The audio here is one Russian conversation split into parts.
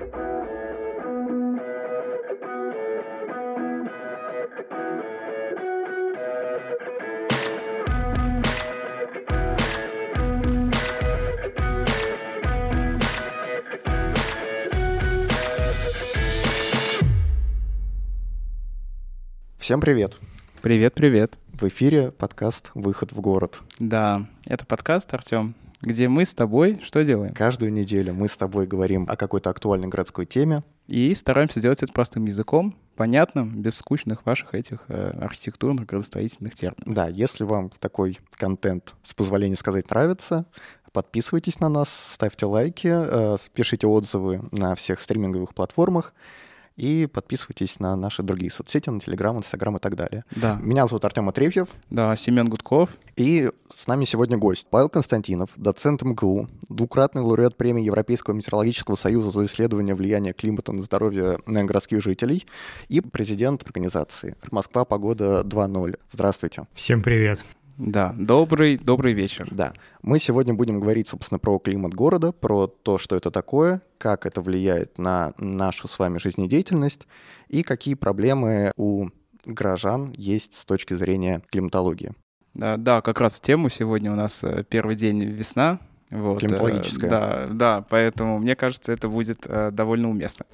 Всем привет! Привет-привет! В эфире подкаст «Выход в город». Да, это подкаст, Артём, где мы с тобой что делаем? Каждую неделю мы с тобой говорим о какой-то актуальной городской теме. И стараемся сделать это простым языком, понятным, без скучных ваших этих архитектурных, градостроительных терминов. Да, если вам такой контент, с позволения сказать, нравится, подписывайтесь на нас, ставьте лайки, пишите отзывы на всех стриминговых платформах и подписывайтесь на наши другие соцсети, на Телеграм, Инстаграм и так далее. Да. Меня зовут Артём Атрефьев. Да, Семен Гудков. И с нами сегодня гость Павел Константинов, доцент МГУ, двукратный лауреат премии Европейского метеорологического союза за исследование влияния климата на здоровье городских жителей и президент организации «Москва. Погода 2.0». Здравствуйте. Всем привет. Да, добрый вечер. Да, мы сегодня будем говорить, собственно, про климат города, про то, что это такое, как это влияет на нашу с вами жизнедеятельность и какие проблемы у горожан есть с точки зрения климатологии. Да, как раз в тему. Сегодня у нас первый день весна. Вот, климатологическая. Да, поэтому мне кажется, это будет довольно уместно.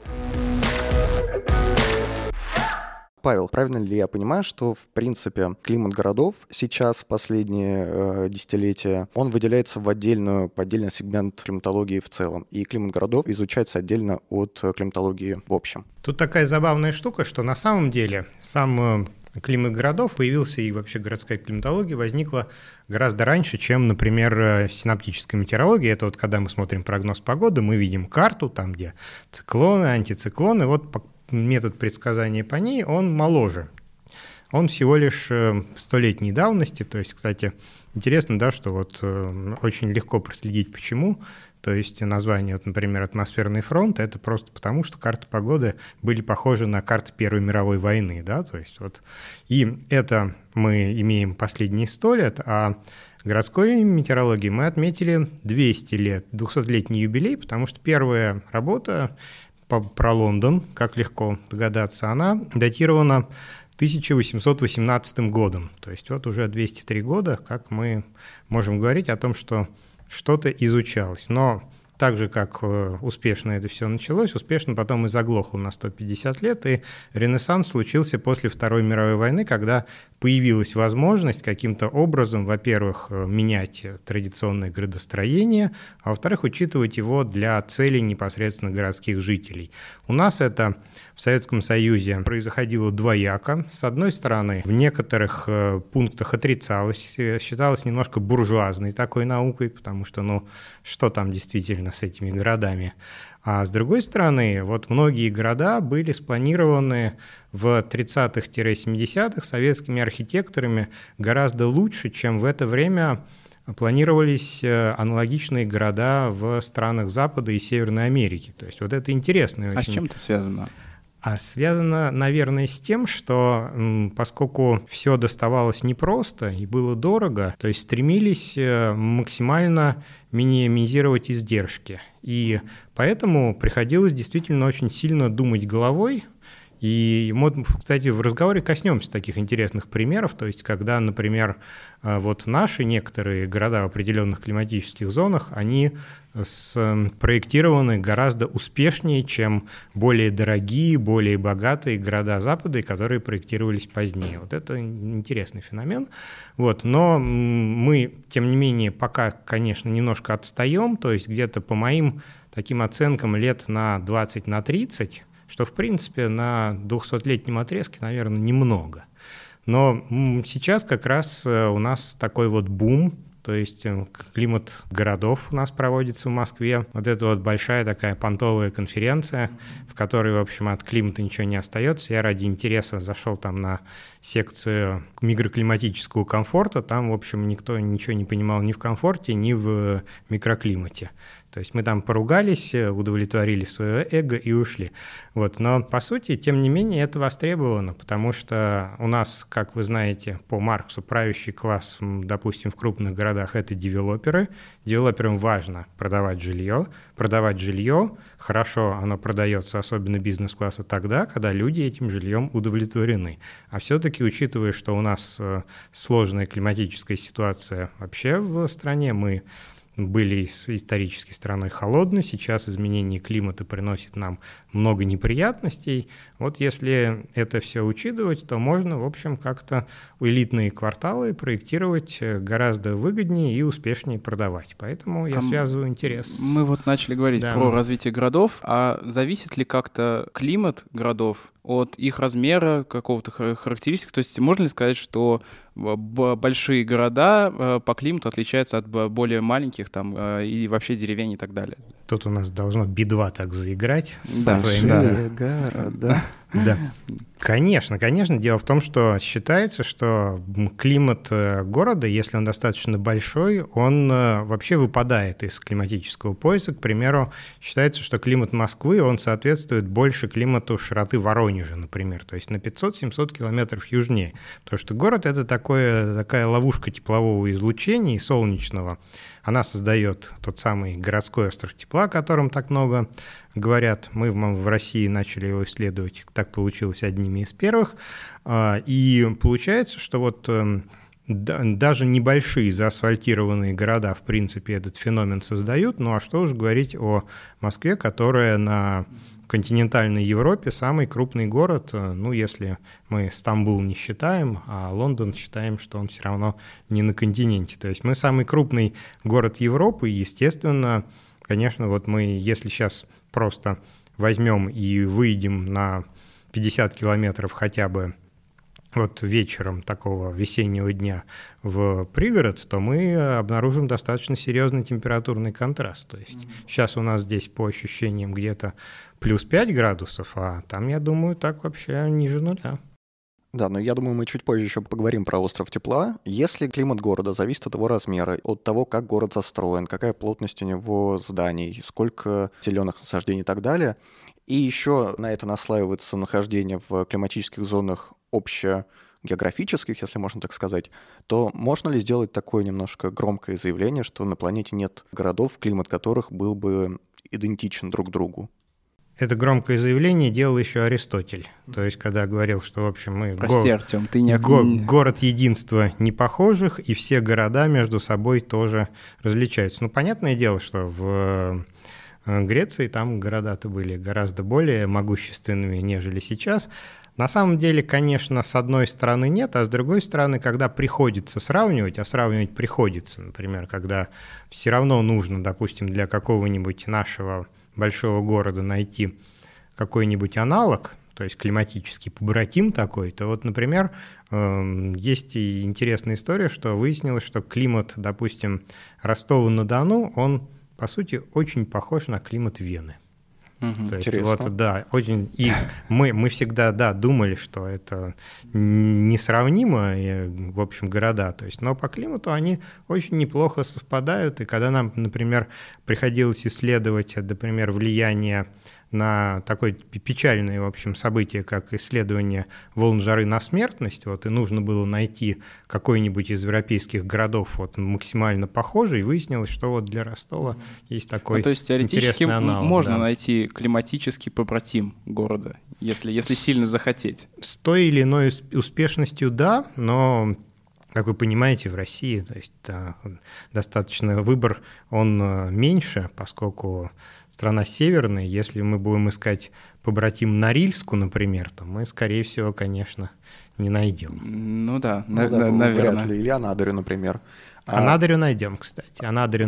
Павел, правильно ли я понимаю, что, в принципе, климат городов сейчас, в последние десятилетия, он выделяется в отдельный сегмент климатологии в целом, и климат городов изучается отдельно от климатологии в общем? Тут такая забавная штука, что на самом деле сам климат городов появился, и вообще городская климатология возникла гораздо раньше, чем, например, синоптическая метеорология. Это вот когда мы смотрим прогноз погоды, мы видим карту, там где циклоны, антициклоны, вот метод предсказания по ней, он моложе. Он всего лишь 100-летней давности. То есть, кстати, интересно, да, что вот очень легко проследить, почему. То есть название, вот, например, «Атмосферный фронт» — это просто потому, что карты погоды были похожи на карты Первой мировой войны. Да? То есть, вот. И это мы имеем последние 100 лет, а городской метеорологии мы отметили 200 лет, 200-летний юбилей, потому что первая работа про Лондон, как легко догадаться, она датирована 1818 годом. То есть вот уже 203 года, как мы можем говорить о том, что что-то изучалось. Но так же, как успешно это все началось, успешно потом и заглохло на 150 лет, и Ренессанс случился после Второй мировой войны, когда появилась возможность каким-то образом, во-первых, менять традиционное градостроение, а во-вторых, учитывать его для целей непосредственно городских жителей. У нас это в Советском Союзе происходило двояко. С одной стороны, в некоторых пунктах отрицалось, считалось немножко буржуазной такой наукой, потому что, что там действительно с этими городами. А с другой стороны, вот многие города были спланированы в 30-х-70-х советскими архитекторами гораздо лучше, чем в это время планировались аналогичные города в странах Запада и Северной Америки. То есть вот это интересно очень. А с чем это связано? А связано, наверное, с тем, что поскольку все доставалось непросто и было дорого, то есть стремились максимально минимизировать издержки. И поэтому приходилось действительно очень сильно думать головой. И мы, кстати, в разговоре коснемся таких интересных примеров, то есть когда, например, вот наши некоторые города в определенных климатических зонах, они спроектированы гораздо успешнее, чем более дорогие, более богатые города Запада, которые проектировались позднее. Вот это интересный феномен. Вот. Но мы, тем не менее, пока, конечно, немножко отстаем, то есть где-то по моим таким оценкам лет на 20, на 30, что, в принципе, на 200-летнем отрезке, наверное, немного. Но сейчас как раз у нас такой вот бум, то есть климат городов у нас проводится в Москве. Вот это вот большая такая понтовая конференция, в которой, в общем, от климата ничего не остается. Я ради интереса зашел там на секцию микроклиматического комфорта. Там, в общем, никто ничего не понимал ни в комфорте, ни в микроклимате. То есть мы там поругались, удовлетворили свое эго и ушли. Вот. Но, по сути, тем не менее, это востребовано, потому что у нас, как вы знаете, по Марксу правящий класс, допустим, в крупных городах городах — это девелоперы. Девелоперам важно продавать жилье. Продавать жилье хорошо, оно продается, особенно бизнес-класса, тогда, когда люди этим жильем удовлетворены. А все-таки, учитывая, что у нас сложная климатическая ситуация вообще в стране, мы были исторически страной холодной, сейчас изменение климата приносит нам много неприятностей. Вот если это все учитывать, то можно, в общем, как-то элитные кварталы проектировать гораздо выгоднее и успешнее продавать. Поэтому я связываю интерес. Мы вот начали говорить про развитие городов, а зависит ли как-то климат городов от их размера, какого-то характеристик? То есть можно ли сказать, что большие города по климату отличаются от более маленьких там и вообще деревень и так далее? Тут у нас должно Би-2 так заиграть. Да, большие города. Да, конечно. Дело в том, что считается, что климат города, если он достаточно большой, он вообще выпадает из климатического пояса. К примеру, считается, что климат Москвы, он соответствует больше климату широты Воронежа, например, то есть на 500-700 километров южнее. Потому что город — это такая ловушка теплового излучения и солнечного. Она создает тот самый городской остров тепла, о котором так много говорят. Мы в России начали его исследовать, так получилось, одними из первых. И получается, что вот даже небольшие заасфальтированные города, в принципе, этот феномен создают. Ну а что уж говорить о Москве, которая на континентальной Европе самый крупный город, ну, если мы Стамбул не считаем, а Лондон считаем, что он все равно не на континенте. То есть мы самый крупный город Европы, и, естественно, конечно, вот мы, если сейчас просто возьмем и выйдем на 50 километров хотя бы вот вечером такого весеннего дня в пригород, то мы обнаружим достаточно серьезный температурный контраст. То есть сейчас у нас здесь по ощущениям где-то плюс 5 градусов, а там, я думаю, так вообще ниже нуля. Да, но я думаю, мы чуть позже еще поговорим про остров тепла. Если климат города зависит от его размера, от того, как город застроен, какая плотность у него зданий, сколько зеленых насаждений и так далее, и еще на это наслаивается нахождение в климатических зонах общегеографических, если можно так сказать, то можно ли сделать такое немножко громкое заявление, что на планете нет городов, климат которых был бы идентичен друг другу? Это громкое заявление делал еще Аристотель. То есть, когда говорил, что, в общем, мы Артем, ты не... город единства непохожих, и все города между собой тоже различаются. Ну, понятное дело, что в Греции там города-то были гораздо более могущественными, нежели сейчас. На самом деле, конечно, с одной стороны нет, а с другой стороны, когда приходится сравнивать, а сравнивать приходится, например, когда все равно нужно, допустим, для какого-нибудь нашего большого города найти какой-нибудь аналог, то есть климатический побратим такой, то вот, например, есть и интересная история, что выяснилось, что климат, допустим, Ростова-на-Дону, он, по сути, очень похож на климат Вены. То есть, вот, да, очень. И мы всегда, да, думали, что это несравнимо, в общем, города. То есть, но по климату они очень неплохо совпадают. И когда нам, например, приходилось исследовать, например, влияние на такое печальное, в общем, событие, как исследование волн жары на смертность, вот, и нужно было найти какой-нибудь из европейских городов вот, максимально похожий, и выяснилось, что вот для Ростова есть такой интересный аналог. То есть теоретически аналог, можно найти климатический побратим города, если сильно захотеть. С той или иной успешностью, да, но... Как вы понимаете, в России, то есть, достаточно выбор, он меньше, поскольку страна северная. Если мы будем искать побратим Норильску, например, то мы, скорее всего, конечно, не найдем. Ну да, наверное. Вряд ли. Или Анадырю, например. Анадырю найдем, кстати. Анадырю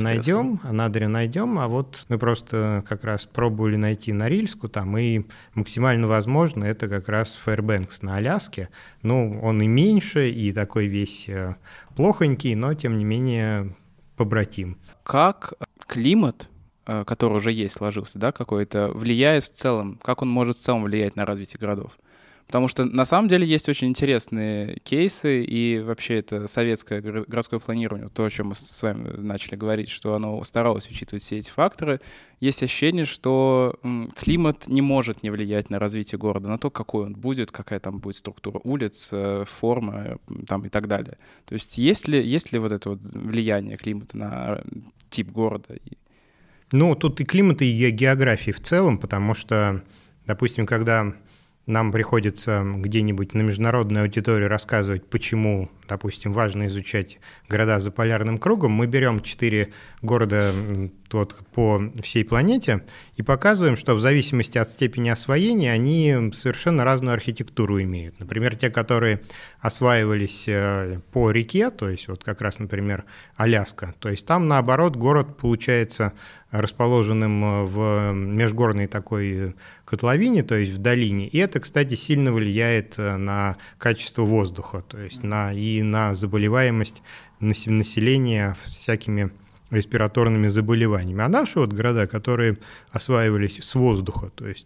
найдем, а вот мы просто как раз пробовали найти Норильску там, и максимально возможно это как раз Фэрбэнкс на Аляске. Ну, он и меньше, и такой весь плохонький, но тем не менее побратим. Как климат, который уже есть, сложился, да, какой-то, влияет в целом, как он может в целом влиять на развитие городов? Потому что на самом деле есть очень интересные кейсы, и вообще это советское городское планирование, то, о чем мы с вами начали говорить, что оно старалось учитывать все эти факторы. Есть ощущение, что климат не может не влиять на развитие города, на то, какой он будет, какая там будет структура улиц, форма там, и так далее. То есть есть ли вот это вот влияние климата на тип города? Ну, тут и климат, и географии в целом, потому что, допустим, когда нам приходится где-нибудь на международной аудитории рассказывать, почему, допустим, важно изучать города за полярным кругом, мы берем 4 города вот по всей планете и показываем, что в зависимости от степени освоения они совершенно разную архитектуру имеют. Например, те, которые осваивались по реке, то есть вот как раз, например, Аляска, то есть там, наоборот, город получается расположенным в межгорной такой котловине, то есть в долине, и это, кстати, сильно влияет на качество воздуха, то есть и на заболеваемость населения всякими респираторными заболеваниями. А наши вот города, которые осваивались с воздуха, то есть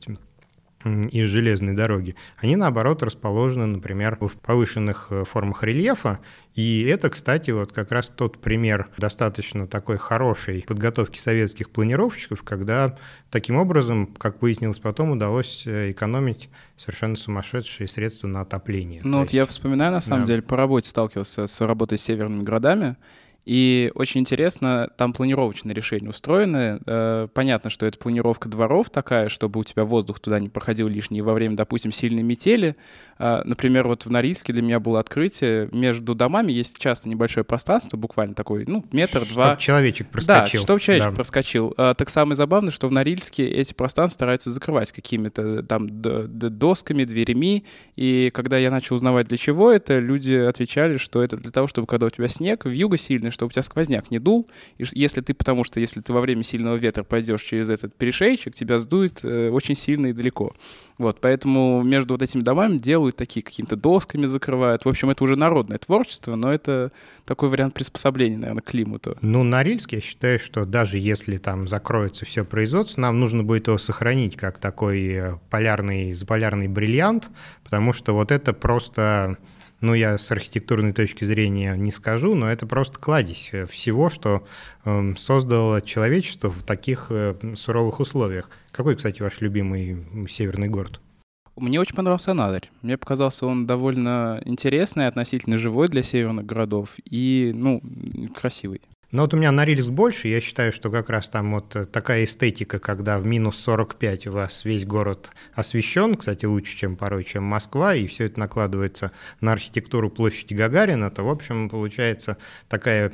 из железной дороги, они, наоборот, расположены, например, в повышенных формах рельефа. И это, кстати, вот как раз тот пример достаточно такой хорошей подготовки советских планировщиков, когда таким образом, как выяснилось потом, удалось экономить совершенно сумасшедшие средства на отопление. Ну вот я вспоминаю, на самом деле, по работе сталкивался с работой с северными городами, и очень интересно, там планировочные решения устроены. Понятно, что это планировка дворов такая, чтобы у тебя воздух туда не проходил лишний во время, допустим, сильной метели. Например, вот в Норильске для меня было открытие. Между домами есть часто небольшое пространство, буквально такой, метр-два. Чтобы человечек проскочил. Да, чтобы человечек проскочил. Так самое забавное, что в Норильске эти пространства стараются закрывать какими-то там досками, дверями. И когда я начал узнавать, для чего это, люди отвечали, что это для того, чтобы когда у тебя снег, вьюга сильная, чтобы у тебя сквозняк не дул, и если ты во время сильного ветра пойдешь через этот перешейчик, тебя сдует очень сильно и далеко. Вот, поэтому между вот этими домами делают такие какими-то досками закрывают. В общем, это уже народное творчество, но это такой вариант приспособления, наверное, к климату. Ну, Норильск, я считаю, что даже если там закроется все производство, нам нужно будет его сохранить как такой заполярный бриллиант, потому что вот это просто... я с архитектурной точки зрения не скажу, но это просто кладезь всего, что создало человечество в таких суровых условиях. Какой, кстати, ваш любимый северный город? Мне очень понравился Анадырь. Мне показался он довольно интересный, относительно живой для северных городов и, красивый. Но вот у меня Норильск больше, я считаю, что как раз там вот такая эстетика, когда в минус 45 у вас весь город освещен, кстати, лучше, чем порой, чем Москва, и все это накладывается на архитектуру площади Гагарина, то, в общем, получается такая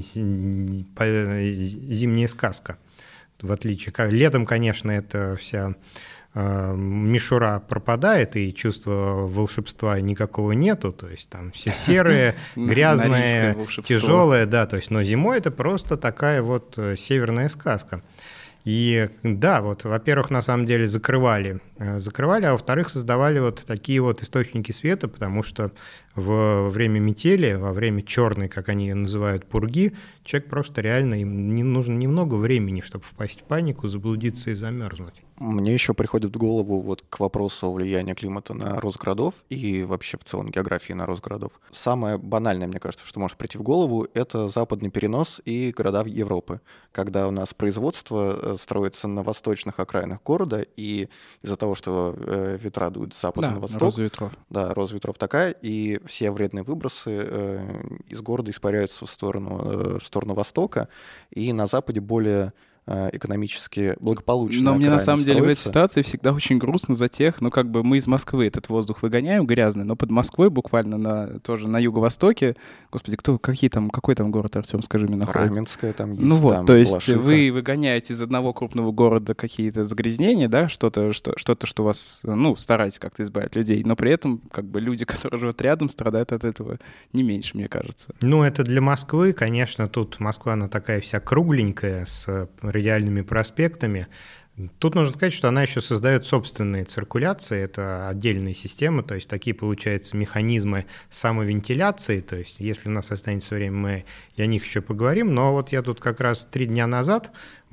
зимняя сказка, в отличие. Летом, конечно, это вся... мишура пропадает, и чувства волшебства никакого нету, то есть там все серые, грязные, тяжелые, да, то есть, но зимой это просто такая вот северная сказка. И да, вот, во-первых, на самом деле закрывали, а во-вторых, создавали вот такие вот источники света, потому что во время метели, во время черной, как они ее называют, пурги, человек просто реально, им не нужно немного времени, чтобы впасть в панику, заблудиться и замерзнуть. Мне еще приходит в голову вот к вопросу влияния климата на рост городов и вообще в целом географии на рост городов. Самое банальное, мне кажется, что может прийти в голову, это западный перенос и города Европы, когда у нас производство строится на восточных окраинах города, и из-за того, что ветра дуют с запада на восток, рост ветров такая, и все вредные выбросы из города испаряются в сторону востока, и на западе более экономически благополучно. Но мне на самом деле в этой ситуации всегда очень грустно за тех, мы из Москвы этот воздух выгоняем грязный, но под Москвой буквально тоже на юго-востоке, господи, какой там город, Артем, скажи мне, находится? Раменское там есть, там то есть Балашиха. Вы выгоняете из одного крупного города какие-то загрязнения, да, что-то, что вас, стараетесь как-то избавить людей, но при этом люди, которые живут рядом, страдают от этого не меньше, мне кажется. Это для Москвы, конечно, тут Москва, она такая вся кругленькая, с радиальными проспектами, Тут нужно сказать, что она еще создает собственные циркуляции, это отдельные системы, то есть такие, получается, механизмы самовентиляции, то есть если у нас останется время, мы и о них еще поговорим, но вот я тут как раз 3 дня назад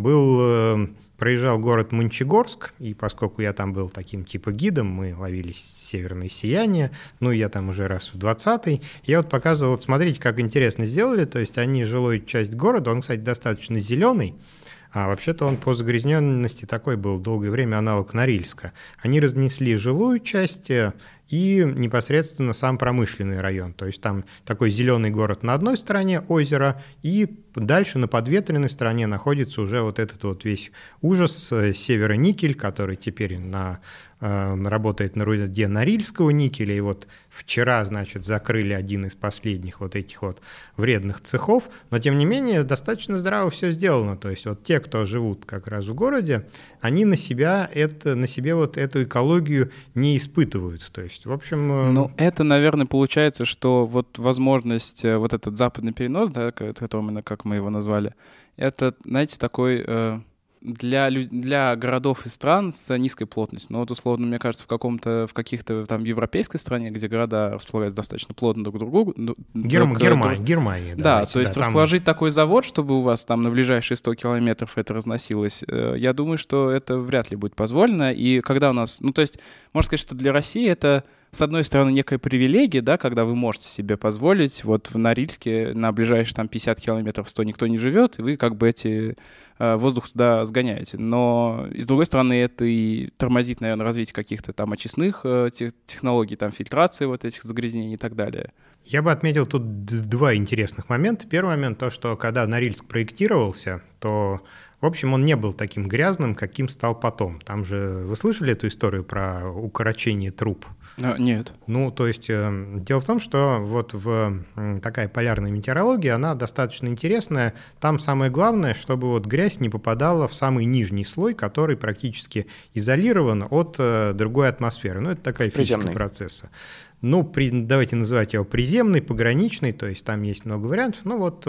проезжал город Мончегорск, и поскольку я там был таким типа гидом, мы ловили северное сияние, ну, я там уже раз в 20-й, я вот показывал, вот смотрите, как интересно сделали, то есть они жилую часть города, он, кстати, достаточно зеленый, а вообще-то он по загрязненности такой был долгое время аналог Норильска. Они разнесли жилую часть и непосредственно сам промышленный район. То есть там такой зеленый город на одной стороне озера, и дальше на подветренной стороне находится уже вот этот вот весь ужас Североникель, который теперь работает на руде Норильского никеля, и вот вчера, значит, закрыли один из последних вот этих вот вредных цехов, но тем не менее достаточно здраво все сделано, то есть вот те, кто живут как раз в городе, они на себе вот эту экологию не испытывают, то есть, в общем... Ну, это, наверное, получается, что вот возможность, вот этот западный перенос, да, как мы его назвали, это, знаете, такой... Для городов и стран с низкой плотностью. Ну вот, условно, мне кажется, в каких-то там европейской стране, где города располагаются достаточно плотно друг к другу... Германия. Да, то есть расположить такой завод, чтобы у вас там на ближайшие 100 километров это разносилось, я думаю, что это вряд ли будет позволено. И когда у нас... Ну, то есть, можно сказать, что для России это... С одной стороны, некая привилегия, да, когда вы можете себе позволить, вот в Норильске на ближайшие там 50 километров 100 никто не живет, и вы как бы воздух туда сгоняете. Но, с другой стороны, это и тормозит, наверное, развитие каких-то там очистных технологий, там фильтрации вот этих загрязнений и так далее. Я бы отметил тут 2 интересных момента. Первый момент, то, что когда Норильск проектировался, то... В общем, он не был таким грязным, каким стал потом. Там же, вы слышали эту историю про укорочение труб? Нет. Ну, то есть, дело в том, что вот такая полярная метеорология, она достаточно интересная. Там самое главное, чтобы вот грязь не попадала в самый нижний слой, который практически изолирован от другой атмосферы. Ну, это такая физика процесса. Ну, давайте называть его приземный, пограничный, то есть там есть много вариантов. Ну, вот...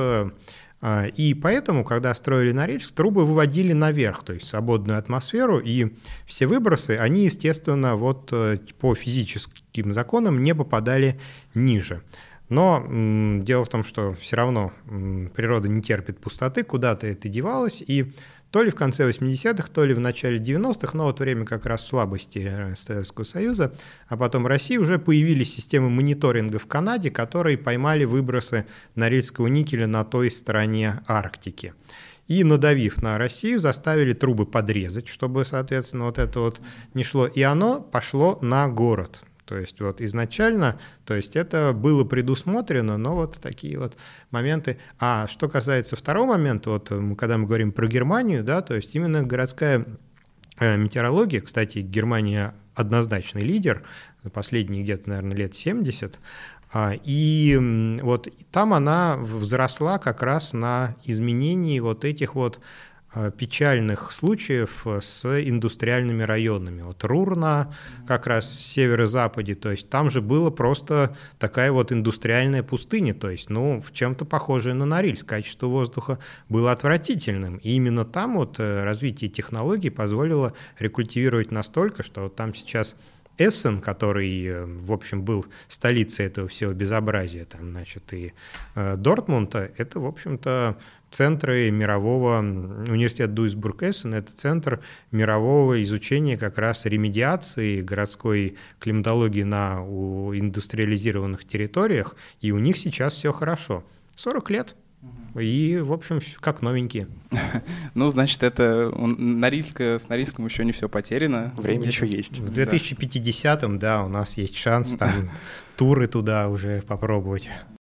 И поэтому, когда строили Норильск, трубы выводили наверх, то есть в свободную атмосферу, и все выбросы, они, естественно, вот по физическим законам не попадали ниже. Но дело в том, что все равно природа не терпит пустоты, куда-то это девалось, и то ли в конце 80-х, то ли в начале 90-х, но вот время как раз слабости Советского Союза, а потом России, уже появились системы мониторинга в Канаде, которые поймали выбросы Норильского никеля на той стороне Арктики. И, надавив на Россию, заставили трубы подрезать, чтобы, соответственно, вот это вот не шло. И оно пошло на город. То есть вот изначально, то есть это было предусмотрено, но вот такие вот моменты. А что касается второго момента, вот когда мы говорим про Германию, да, то есть именно городская метеорология, кстати, Германия однозначный лидер за последние где-то, наверное, лет 70, и вот там она взросла как раз на изменении вот этих вот печальных случаев с индустриальными районами. Вот Рур как раз в северо-западе, то есть там же была просто такая вот индустриальная пустыня, то есть, ну, в чем-то похожее на Норильск. Качество воздуха было отвратительным. И именно там вот развитие технологий позволило рекультивировать настолько, что вот там сейчас Эссен, который, в общем, был столицей этого всего безобразия, там, значит, и Дортмунда, это, в общем-то, центры мирового, университет Дуйсбург-Эссен, это центр мирового изучения как раз ремедиации городской климатологии на индустриализированных территориях, и у них сейчас все хорошо. 40 лет. И, в общем, как новенькие. Ну, значит, это с Норильском еще не все потеряно. Время еще есть. В 2050-м, да, у нас есть шанс там туры туда уже попробовать.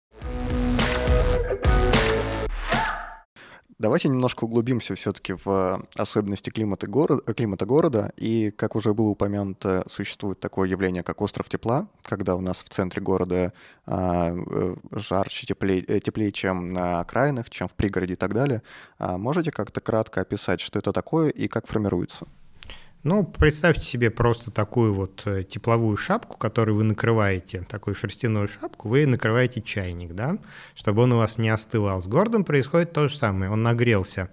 Давайте немножко углубимся все-таки в особенности климата города. И, как уже было упомянуто, существует такое явление, как остров тепла, когда у нас в центре города жарче, теплее, чем на окраинах, чем в пригороде и так далее. Можете как-то кратко описать, что это такое и как формируется? Ну, представьте себе просто такую вот тепловую шапку, которую вы накрываете, такую шерстяную шапку, вы накрываете чайник, да, чтобы он у вас не остывал. С городом происходит то же самое, он нагрелся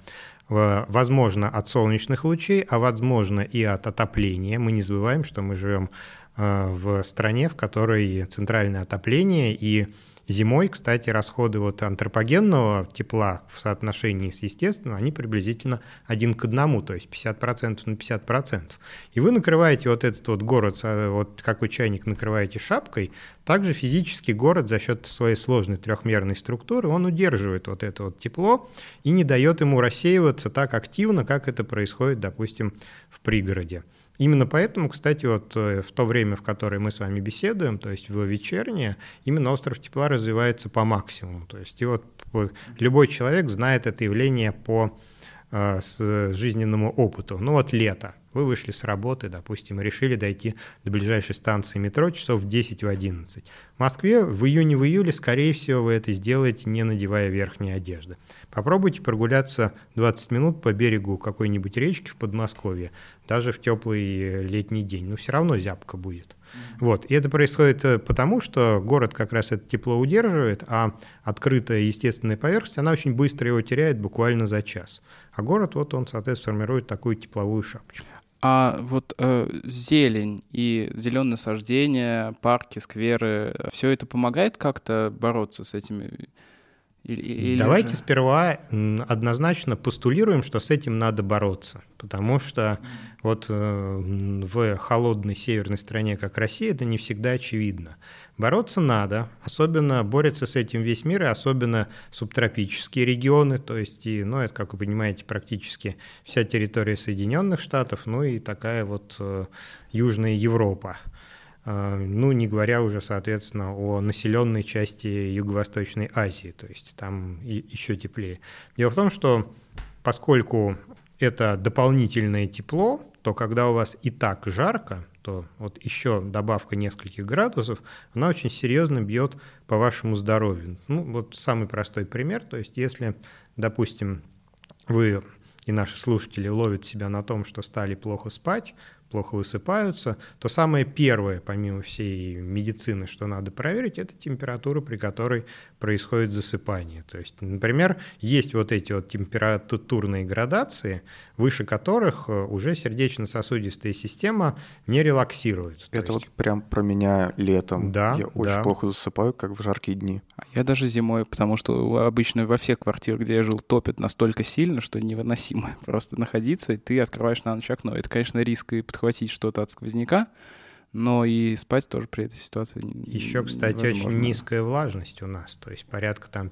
возможно, от солнечных лучей, а возможно и от отопления. Мы не забываем, что мы живем в стране, в которой центральное отопление, и зимой, кстати, расходы вот антропогенного тепла в соотношении с естественным, они приблизительно 1 к 1, то есть 50% на 50%. И вы накрываете вот этот вот город, вот как вы чайник накрываете шапкой, также физически город за счет своей сложной трехмерной структуры, он удерживает вот это вот тепло и не дает ему рассеиваться так активно, как это происходит, допустим, в пригороде. Именно поэтому, кстати, вот в то время, в которое мы с вами беседуем, то есть в вечернее, именно остров тепла развивается по максимуму. То есть и вот любой человек знает это явление по жизненному опыту. Ну вот лето. Вы вышли с работы, допустим, и решили дойти до ближайшей станции метро часов в 10-11. В Москве в июне-июле, скорее всего, вы это сделаете, не надевая верхней одежды. Попробуйте прогуляться 20 минут по берегу какой-нибудь речки в Подмосковье, даже в теплый летний день. Но все равно зябко будет. Вот. И это происходит потому, что город как раз это тепло удерживает, а открытая естественная поверхность, она очень быстро его теряет, буквально за час. А город, вот он, соответственно, формирует такую тепловую шапочку. А вот зелень и зеленые насаждения, парки, скверы, все это помогает как-то бороться с этими? Давайте сперва однозначно постулируем, что с этим надо бороться, потому что вот в холодной северной стране, как Россия, это не всегда очевидно. Бороться надо, особенно борется с этим весь мир, и особенно субтропические регионы, то есть, ну, это, как вы понимаете, практически вся территория Соединенных Штатов, ну и такая вот Южная Европа. Ну, не говоря уже, соответственно, о населенной части Юго-Восточной Азии, то есть там еще теплее. Дело в том, что поскольку это дополнительное тепло, то когда у вас и так жарко, то вот еще добавка нескольких градусов, она очень серьезно бьет по вашему здоровью. Ну, вот самый простой пример, то есть если, допустим, вы и наши слушатели ловят себя на том, что стали плохо спать, плохо высыпаются, то самое первое, помимо всей медицины, что надо проверить, это температура, при которой происходит засыпание. То есть, например, есть вот эти вот температурные градации, выше которых уже сердечно-сосудистая система не релаксирует. Это вот прям про меня летом. Да, я очень плохо засыпаю, как в жаркие дни. Я даже зимой, потому что обычно во всех квартирах, где я жил, топят настолько сильно, что невыносимо просто находиться, и ты открываешь на ночь окно. Это, конечно, риск и подхватить что-то от сквозняка, но и спать тоже при этой ситуации Еще, кстати, невозможно. Очень низкая влажность у нас, то есть порядка там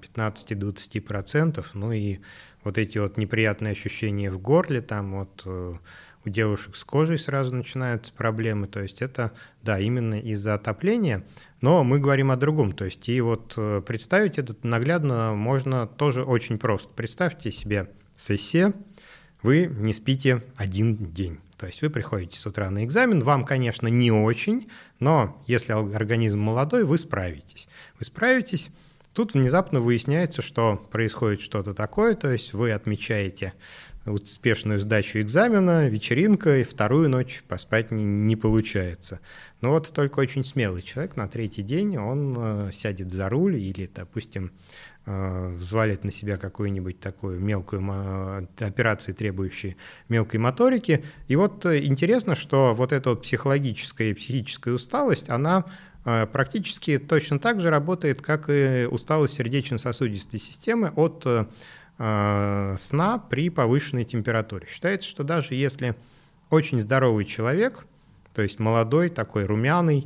15-20%, ну и вот эти вот неприятные ощущения в горле, там вот у девушек с кожей сразу начинаются проблемы, то есть это, да, именно из-за отопления, но мы говорим о другом, то есть и вот представить это наглядно можно тоже очень просто. Представьте себе сессия, вы не спите один день. То есть вы приходите с утра на экзамен, вам, конечно, не очень, но если организм молодой, вы справитесь. Вы справитесь, тут внезапно выясняется, что происходит что-то такое, то есть вы отмечаете успешную сдачу экзамена, вечеринка, и вторую ночь поспать не получается. Но вот только очень смелый человек на третий день, он сядет за руль или, допустим, взвалит на себя какую-нибудь такую мелкую операцию, требующую мелкой моторики. И вот интересно, что вот эта вот психологическая и психическая усталость, она практически точно так же работает, как и усталость сердечно-сосудистой системы от сна при повышенной температуре. Считается, что даже если очень здоровый человек, то есть молодой, такой румяный,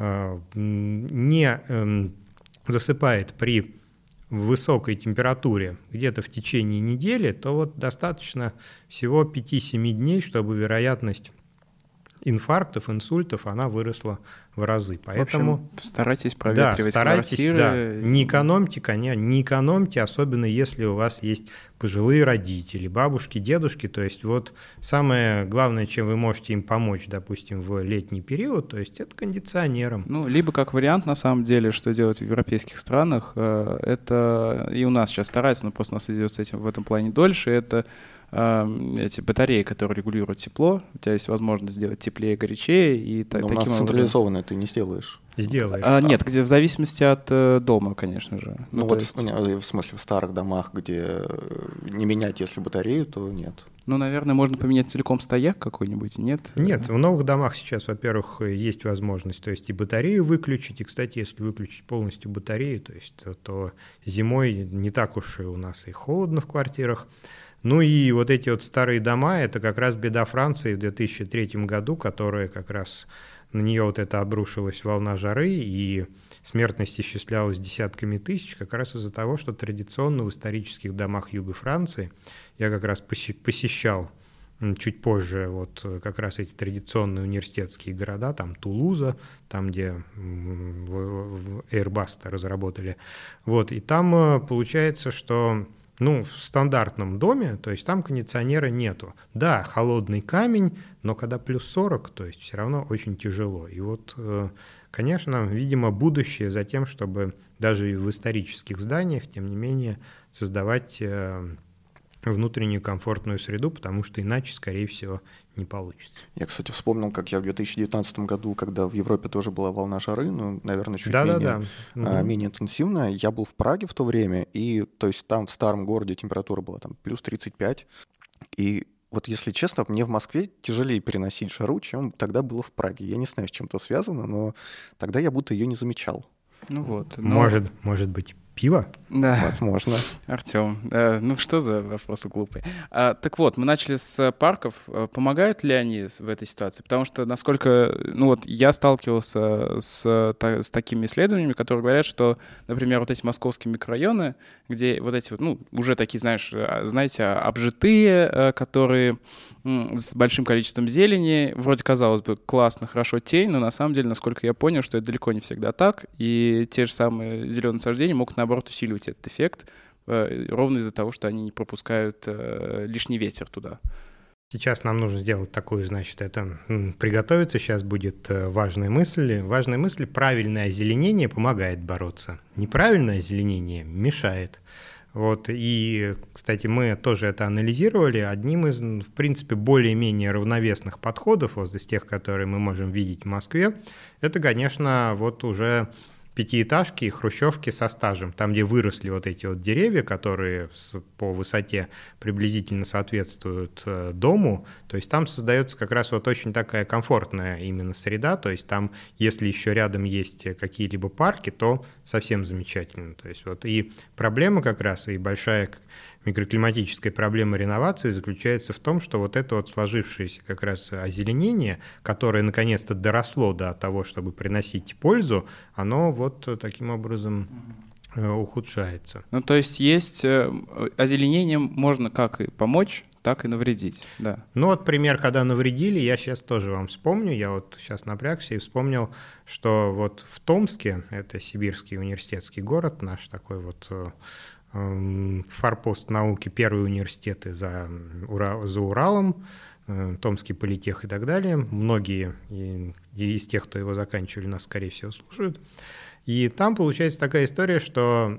не засыпает при высокой температуре где-то в течение недели, то вот достаточно всего 5-7 дней, чтобы вероятность инфарктов, инсультов, она выросла в разы. Поэтому, в общем, старайтесь проветривать квартиры. Да, не экономьте, особенно если у вас есть пожилые родители, бабушки, дедушки. То есть вот самое главное, чем вы можете им помочь, допустим, в летний период, то есть это кондиционером. Ну, либо как вариант, на самом деле, что делать в европейских странах, это и у нас сейчас стараются, но просто у нас идет с этим в этом плане дольше, это эти батареи, которые регулируют тепло. У тебя есть возможность сделать теплее, горячее. И но у нас централизованно ты не сделаешь. Сделаешь. Нет, где в зависимости от дома, конечно же. Ну вот есть... в смысле в старых домах, где не менять, если батарею, то нет. Ну, наверное, можно поменять целиком стояк какой-нибудь, нет? Нет, в новых домах сейчас, во-первых, есть возможность, то есть и батарею выключить, и, кстати, если выключить полностью батарею, то есть то зимой не так уж и у нас и холодно в квартирах. Ну и вот эти вот старые дома, это как раз беда Франции в 2003 году, которая как раз на нее вот это обрушилась волна жары, и смертность исчислялась десятками тысяч, как раз из-за того, что традиционно в исторических домах юга Франции, я как раз посещал чуть позже вот как раз эти традиционные университетские города, там Тулуза, там, где Airbus разработали, вот, и там получается, что в стандартном доме, то есть там кондиционера нету. Да, холодный камень, но когда плюс 40, то есть все равно очень тяжело. И вот, конечно, видимо, будущее за тем, чтобы даже в исторических зданиях, тем не менее, создавать внутреннюю комфортную среду, потому что иначе, скорее всего, не получится. Я, кстати, вспомнил, как я в 2019 году, когда в Европе тоже была волна жары, наверное, чуть менее интенсивная, я был в Праге в то время, и то есть там в старом городе температура была там плюс 35, и вот если честно, мне в Москве тяжелее переносить жару, чем тогда было в Праге. Я не знаю, с чем это связано, но тогда я будто ее не замечал. Может быть, пиво? Да. Возможно. Артем, что за вопросы глупые? Так вот, мы начали с парков. Помогают ли они в этой ситуации? Потому что, насколько... я сталкивался с такими исследованиями, которые говорят, что, например, вот эти московские микрорайоны, где вот эти уже такие, знаете, обжитые, которые с большим количеством зелени, вроде, казалось бы, классно, хорошо тень, но на самом деле, насколько я понял, что это далеко не всегда так, и те же самые зеленые насаждения могут, наоборот, усиливать этот эффект, ровно из-за того, что они не пропускают лишний ветер туда. Сейчас нам нужно сделать такую, приготовиться, сейчас будет важная мысль. Важная мысль: правильное озеленение помогает бороться, неправильное озеленение мешает. Вот, и, кстати, мы тоже это анализировали. Одним из, в принципе, более-менее равновесных подходов, вот из тех, которые мы можем видеть в Москве, это, конечно, вот уже пятиэтажки и хрущевки со стажем, там, где выросли вот эти вот деревья, которые по высоте приблизительно соответствуют дому, то есть там создается как раз вот очень такая комфортная именно среда, то есть там, если еще рядом есть какие-либо парки, то совсем замечательно. То есть вот и проблема как раз, и большая микроклиматическая проблема реновации заключается в том, что вот это вот сложившееся как раз озеленение, которое наконец-то доросло до того, чтобы приносить пользу, оно вот таким образом ухудшается. То есть озеленением можно как и помочь, так и навредить, да. Вот пример, когда навредили, я сейчас тоже вам вспомню, я вот сейчас напрягся и вспомнил, что вот в Томске, это сибирский университетский город, наш такой вот форпост науки, первые университеты за Уралом, Томский политех и так далее. Многие из тех, кто его заканчивали, нас, скорее всего, слушают. И там получается такая история, что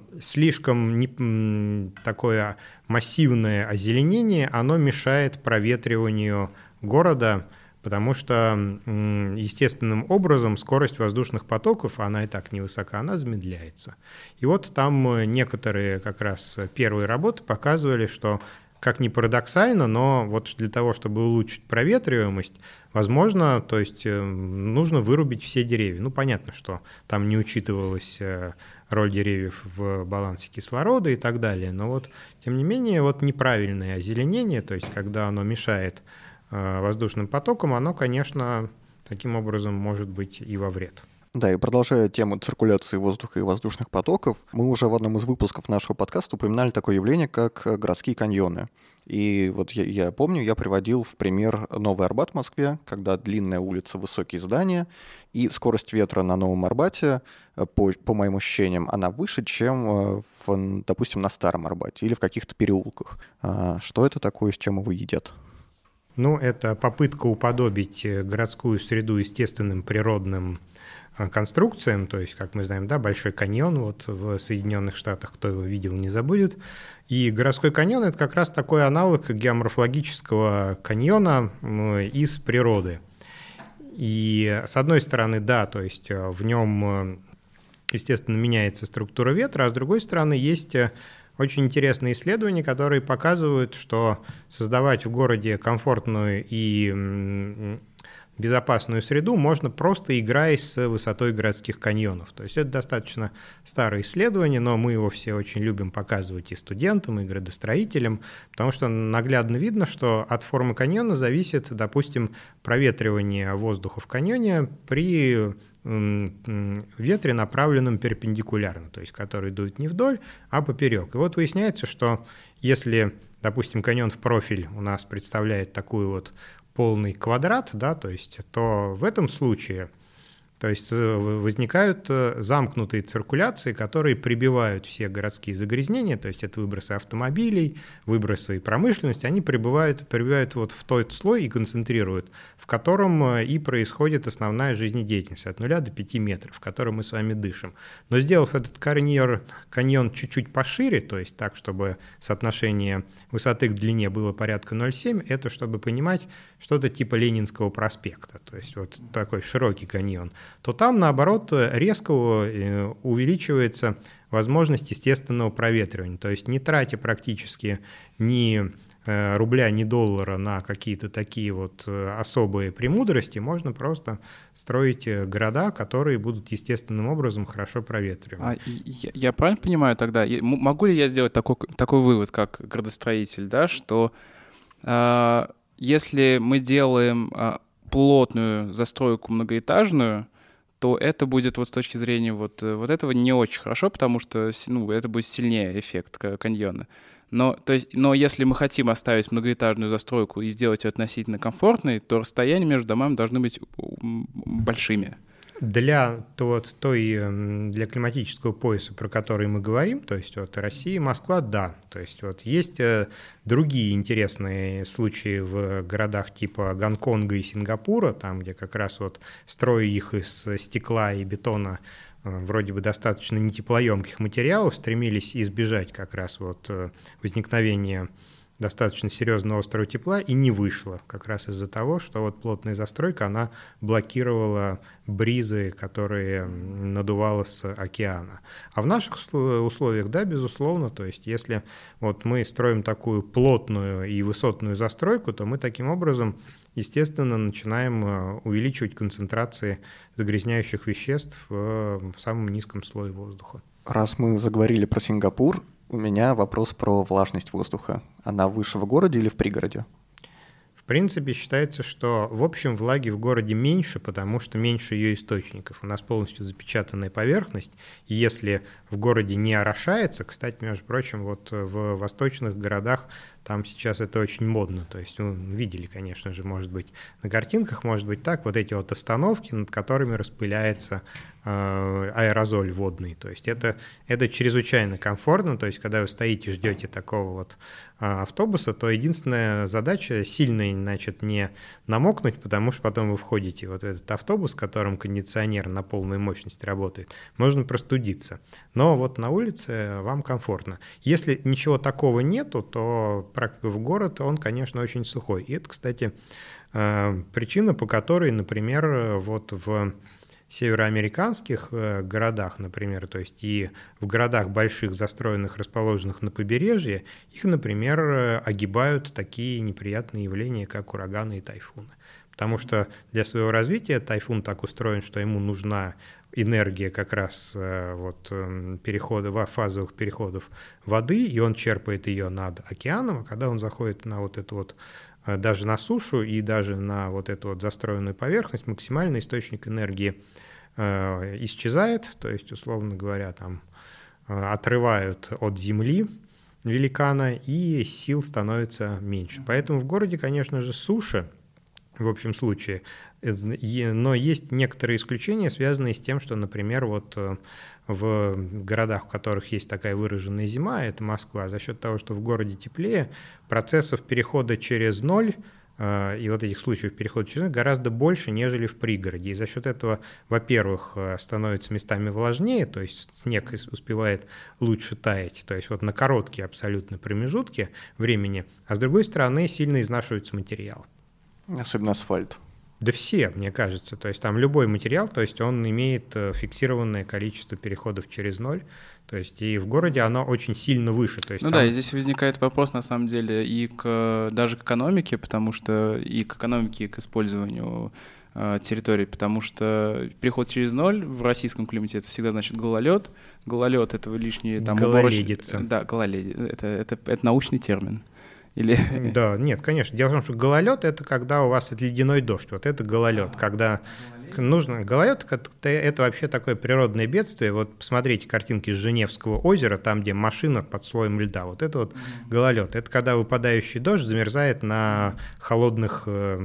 слишком такое массивное озеленение, оно мешает проветриванию города, потому что естественным образом скорость воздушных потоков, она и так невысока, она замедляется. И вот там некоторые как раз первые работы показывали, что, как ни парадоксально, но вот для того, чтобы улучшить проветриваемость, возможно, то есть нужно вырубить все деревья. Понятно, что там не учитывалась роль деревьев в балансе кислорода и так далее, но вот, тем не менее, вот неправильное озеленение, то есть когда оно мешает воздушным потоком, оно, конечно, таким образом может быть и во вред. Да, и продолжая тему циркуляции воздуха и воздушных потоков, мы уже в одном из выпусков нашего подкаста упоминали такое явление, как городские каньоны. И вот я помню, я приводил в пример Новый Арбат в Москве, когда длинная улица, высокие здания, и скорость ветра на Новом Арбате, по моим ощущениям, она выше, чем, допустим, на Старом Арбате или в каких-то переулках. Что это такое, с чем его едят? Это попытка уподобить городскую среду естественным природным конструкциям, то есть, как мы знаем, да, Большой каньон вот в Соединенных Штатах, кто его видел, не забудет. И городской каньон – это как раз такой аналог геоморфологического каньона из природы. И с одной стороны, да, то есть в нем, естественно, меняется структура ветра, а с другой стороны есть очень интересные исследования, которые показывают, что создавать в городе комфортную и безопасную среду можно просто играя с высотой городских каньонов. То есть это достаточно старое исследование, но мы его все очень любим показывать и студентам, и градостроителям, потому что наглядно видно, что от формы каньона зависит, допустим, проветривание воздуха в каньоне при ветре, направленном перпендикулярно, то есть который дует не вдоль, а поперек. И вот выясняется, что если, допустим, каньон в профиль у нас представляет такую вот полный квадрат, да, то в этом случае то есть возникают замкнутые циркуляции, которые прибивают все городские загрязнения, то есть это выбросы автомобилей, выбросы промышленности, они прибивают вот в тот слой и концентрируют, в котором и происходит основная жизнедеятельность от 0 до 5 метров, в котором мы с вами дышим. Но сделав этот каньон чуть-чуть пошире, то есть так, чтобы соотношение высоты к длине было порядка 0,7, это чтобы понимать что-то типа Ленинского проспекта, то есть вот такой широкий каньон, то там, наоборот, резко увеличивается возможность естественного проветривания. То есть не тратя практически ни рубля, ни доллара на какие-то такие вот особые премудрости, можно просто строить города, которые будут естественным образом хорошо проветривать. Я правильно понимаю тогда, могу ли я сделать такой вывод, как градостроитель, да, что если мы делаем плотную застройку многоэтажную, то это будет вот с точки зрения вот этого не очень хорошо, потому что это будет сильнее эффект каньона. Но если мы хотим оставить многоэтажную застройку и сделать ее относительно комфортной, то расстояния между домами должны быть большими. Для климатического пояса, про который мы говорим, то есть вот Россия, Москва, да. То есть вот есть другие интересные случаи в городах типа Гонконга и Сингапура, там, где как раз вот строя их из стекла и бетона, вроде бы достаточно нетеплоемких материалов, стремились избежать как раз вот возникновения достаточно серьезного острого тепла, и не вышло, как раз из-за того, что вот плотная застройка, она блокировала бризы, которые надувало с океана. А в наших условиях, да, безусловно, то есть если вот мы строим такую плотную и высотную застройку, то мы таким образом, естественно, начинаем увеличивать концентрации загрязняющих веществ в самом низком слое воздуха. Раз мы заговорили про Сингапур, у меня вопрос про влажность воздуха. Она выше в городе или в пригороде? В принципе, считается, что в общем влаги в городе меньше, потому что меньше ее источников. У нас полностью запечатанная поверхность, и если в городе не орошается, кстати, между прочим, вот в восточных городах там сейчас это очень модно, то есть видели, конечно же, может быть, на картинках, может быть так, вот эти вот остановки, над которыми распыляется аэрозоль водный, то есть это чрезвычайно комфортно, то есть когда вы стоите, ждете такого вот автобуса, то единственная задача сильно, значит, не намокнуть, потому что потом вы входите вот в этот автобус, в котором кондиционер на полную мощность работает, можно простудиться, но вот на улице вам комфортно. Если ничего такого нету, то в город он, конечно, очень сухой. И это, кстати, причина, по которой, например, вот в североамериканских городах, например, то есть и в городах больших, застроенных, расположенных на побережье, их, например, огибают такие неприятные явления, как ураганы и тайфуны. Потому что для своего развития тайфун так устроен, что ему нужна энергия как раз вот фазовых переходов воды, и он черпает ее над океаном, а когда он заходит на вот эту вот даже на сушу и даже на вот эту вот застроенную поверхность, максимальный источник энергии исчезает, то есть, условно говоря, там отрывают от земли великана, и сил становится меньше. Поэтому в городе, конечно же, суша, в общем случае, но есть некоторые исключения, связанные с тем, что, например, вот в городах, в которых есть такая выраженная зима, это Москва, за счет того, что в городе теплее, процессов перехода через ноль и вот этих случаев перехода через ноль гораздо больше, нежели в пригороде. И за счет этого, во-первых, становится местами влажнее, то есть снег успевает лучше таять, то есть вот на короткие абсолютно промежутки времени, а с другой стороны сильно изнашивается материал. Особенно асфальт. Да все, мне кажется. То есть там любой материал, то есть он имеет фиксированное количество переходов через ноль. То есть и в городе оно очень сильно выше. То есть ну там... да, и здесь возникает вопрос на самом деле и даже к экономике, потому что и к экономике, и к использованию территории, потому что переход через ноль в российском климате это всегда значит гололед. Гололед — это лишние там гололедица. Да, гололедица. Это научный термин. Или... Да, нет, конечно. Дело в том, что гололед — это когда у вас ледяной дождь. Вот это гололед, когда нужно... Гололед — это вообще такое природное бедствие. Вот посмотрите картинки с Женевского озера, там, где машина под слоем льда. Вот это вот гололед. Это когда выпадающий дождь замерзает на холодных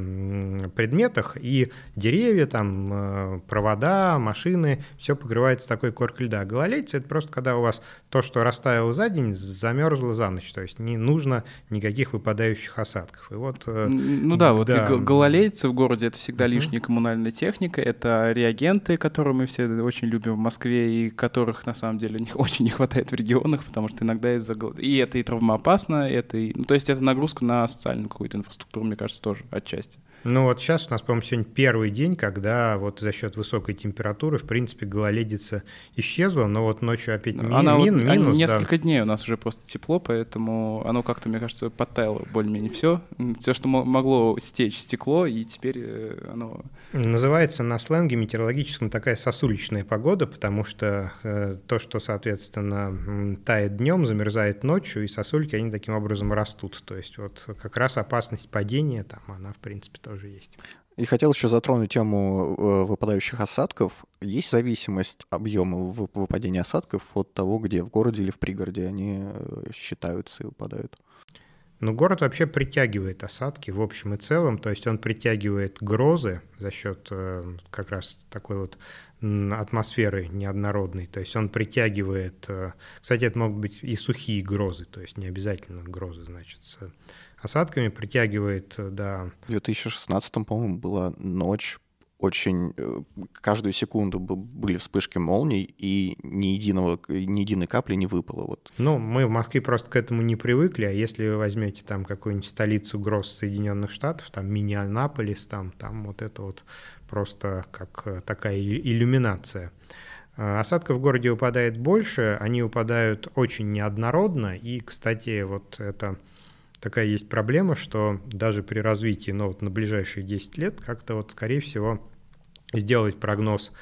предметах, и деревья, там, провода, машины, все покрывается такой коркой льда. Гололедица — это просто когда у вас то, что растаяло за день, замерзло за ночь. То есть не нужно никаких выпадающих осадков. И вот, ну да, вот да. И гололедица в городе — это всегда лишняя коммунальная техника, это реагенты, которые мы все очень любим в Москве, и которых на самом деле очень не хватает в регионах, потому что иногда из-за и это и травмоопасно, ну, то есть это нагрузка на социальную какую-то инфраструктуру, мне кажется, тоже отчасти. Ну вот сейчас у нас, по-моему, сегодня первый день, когда вот за счет высокой температуры, в принципе, гололедица исчезла, но вот ночью опять минус. Несколько дней у нас уже просто тепло, поэтому оно как-то, мне кажется, подтаяло более-менее все. Все, что могло стечь, стекло, и теперь оно... Называется на сленге метеорологическом такая сосулечная погода, потому что то, что, соответственно, тает днем, замерзает ночью, и сосульки, они таким образом растут. То есть вот как раз опасность падения там, она, в принципе, тоже есть. И хотел еще затронуть тему выпадающих осадков. Есть зависимость объема выпадения осадков от того, где, в городе или в пригороде они считаются и выпадают? Ну, город вообще притягивает осадки в общем и целом, то есть он притягивает грозы за счет как раз такой вот атмосферы неоднородной, то есть он притягивает, кстати, это могут быть и сухие грозы, то есть не обязательно грозы, значит, с осадками, притягивает, да. В 2016, по-моему, была ночь, очень каждую секунду были вспышки молний, и ни единой капли не выпало. Вот. Ну, мы в Москве просто к этому не привыкли, а если вы возьмете там какую-нибудь столицу гроз Соединенных Штатов, там Миннеаполис, там вот это вот просто как такая иллюминация. Осадков в городе выпадает больше, они выпадают очень неоднородно, и, кстати, вот это... Такая есть проблема, что даже при развитии, ну, вот на ближайшие 10 лет как-то вот, скорее всего, сделать прогноз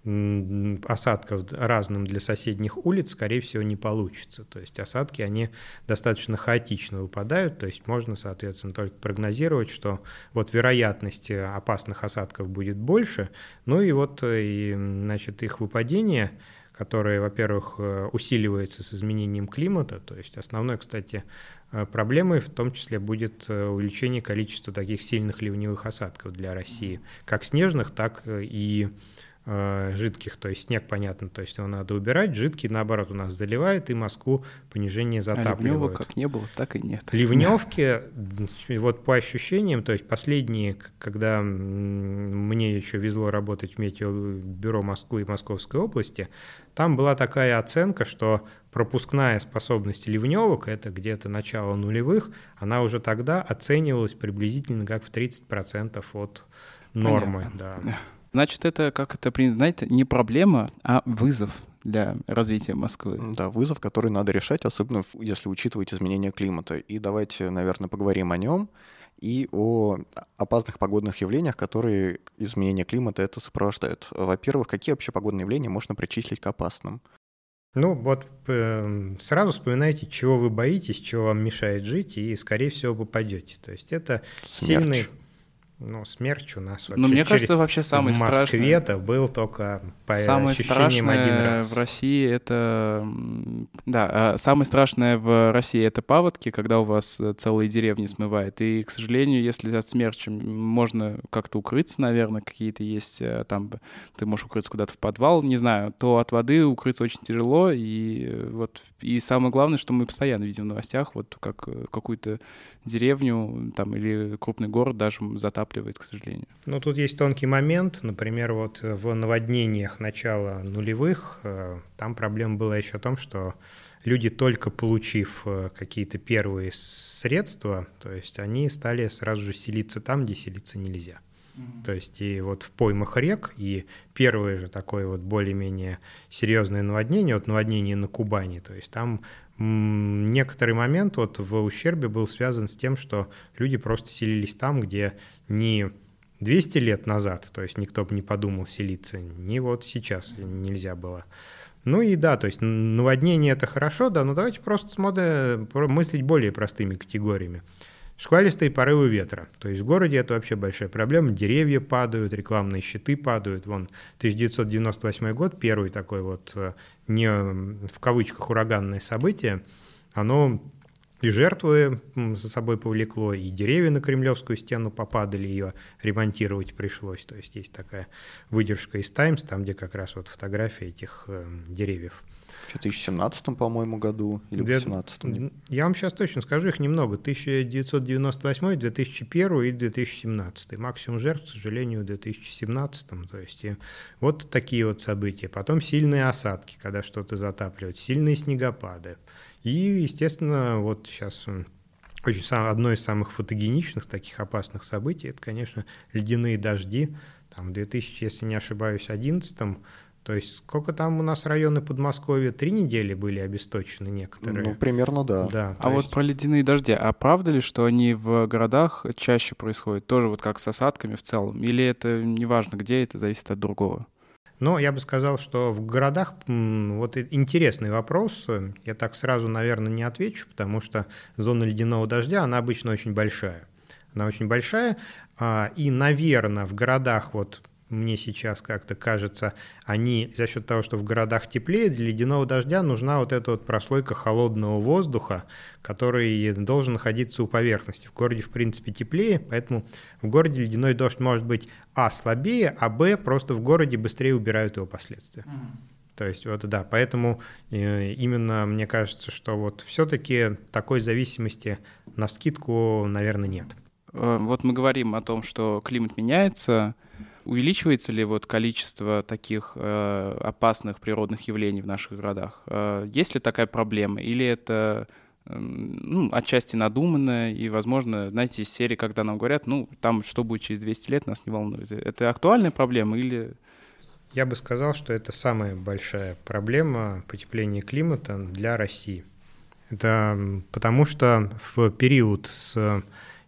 осадков разным для соседних улиц, скорее всего, не получится. То есть осадки, они достаточно хаотично выпадают, то есть можно, соответственно, только прогнозировать, что вот вероятность опасных осадков будет больше, ну и вот, значит, их выпадение, которое, во-первых, усиливается с изменением климата, то есть основной, кстати, проблемой в том числе будет увеличение количества таких сильных ливневых осадков для России, как снежных, так и жидких, то есть снег, понятно, то есть его надо убирать, жидкий, наоборот, у нас заливает, и Москву понижение затапливают. А ливневок как не было, так и нет. Ливневки, вот по ощущениям, то есть последние, когда мне еще везло работать в метеобюро Москвы и Московской области, там была такая оценка, что пропускная способность ливневок, это где-то начало нулевых, она уже тогда оценивалась приблизительно как в 30% от нормы. Да. Значит, это, как это принято, знаете, не проблема, а вызов для развития Москвы. Да, вызов, который надо решать, особенно если учитывать изменения климата. И давайте, наверное, поговорим о нем и о опасных погодных явлениях, которые изменения климата это сопровождают. Во-первых, какие вообще погодные явления можно причислить к опасным? Ну вот сразу вспоминайте, чего вы боитесь, чего вам мешает жить, и, скорее всего, попадете. То есть это Смерч. сильный... Смерч у нас вообще... Но мне кажется, вообще самый страшный... В Москве-то был только по самое ощущениям один раз. В России это... Да, самое страшное в России — это паводки, когда у вас целые деревни смывает. И, к сожалению, если от смерча можно как-то укрыться, наверное, какие-то есть там... Ты можешь укрыться куда-то в подвал, не знаю, то от воды укрыться очень тяжело. И самое главное, что мы постоянно видим в новостях, вот как какую-то деревню там или крупный город даже затапливает, к сожалению. Тут есть тонкий момент. Например, вот в наводнениях начала нулевых там проблема была еще в том, что люди, только получив какие-то первые средства, то есть они стали сразу же селиться там, где селиться нельзя. То есть и вот в поймах рек, и первое же такое вот более-менее серьезное наводнение, вот наводнение на Кубани, то есть там некоторый момент вот в ущербе был связан с тем, что люди просто селились там, где не 200 лет назад, то есть никто бы не подумал селиться, не вот сейчас нельзя было. То есть наводнение — это хорошо, да, но давайте просто мыслить более простыми категориями. Шквалистые порывы ветра. То есть в городе это вообще большая проблема. Деревья падают, рекламные щиты падают. 1998 год, первый такой вот, не в кавычках, ураганное событие, оно и жертвы за собой повлекло, и деревья на Кремлевскую стену попадали, ее ремонтировать пришлось. То есть есть такая выдержка из «Таймс», там, где как раз вот фотографии этих деревьев. В 2017, по-моему, году или в 2018? Я вам сейчас точно скажу, их немного. 1998, 2001 и 2017. Максимум жертв, к сожалению, в 2017. То есть вот такие вот события. Потом сильные осадки, когда что-то затапливают, сильные снегопады. И, естественно, вот сейчас одно из самых фотогеничных, таких опасных событий, это, конечно, ледяные дожди. Там в 2000, если не ошибаюсь, 2011. То есть сколько там у нас районы Подмосковья? 3 недели были обесточены некоторые. Примерно, да. Вот про ледяные дожди. А правда ли, что они в городах чаще происходят? Тоже вот как с осадками в целом? Или это неважно где, это зависит от другого? Я бы сказал, что в городах вот интересный вопрос. Я так сразу, наверное, не отвечу, потому что зона ледяного дождя, она обычно очень большая. И, наверное, в городах вот... Мне сейчас как-то кажется, они за счет того, что в городах теплее, для ледяного дождя нужна вот эта вот прослойка холодного воздуха, который должен находиться у поверхности. В городе, в принципе, теплее, поэтому в городе ледяной дождь может быть слабее, б, просто в городе быстрее убирают его последствия. То есть поэтому именно мне кажется, что вот все-таки такой зависимости навскидку, наверное, нет. Вот мы говорим о том, что климат меняется. Увеличивается ли вот количество таких опасных природных явлений в наших городах? Есть ли такая проблема? Или это отчасти надуманное? И, возможно, знаете, из серии, когда нам говорят, там что будет через 200 лет, нас не волнует. Это актуальная проблема или... Я бы сказал, что это самая большая проблема потепления климата для России. Это потому что в период с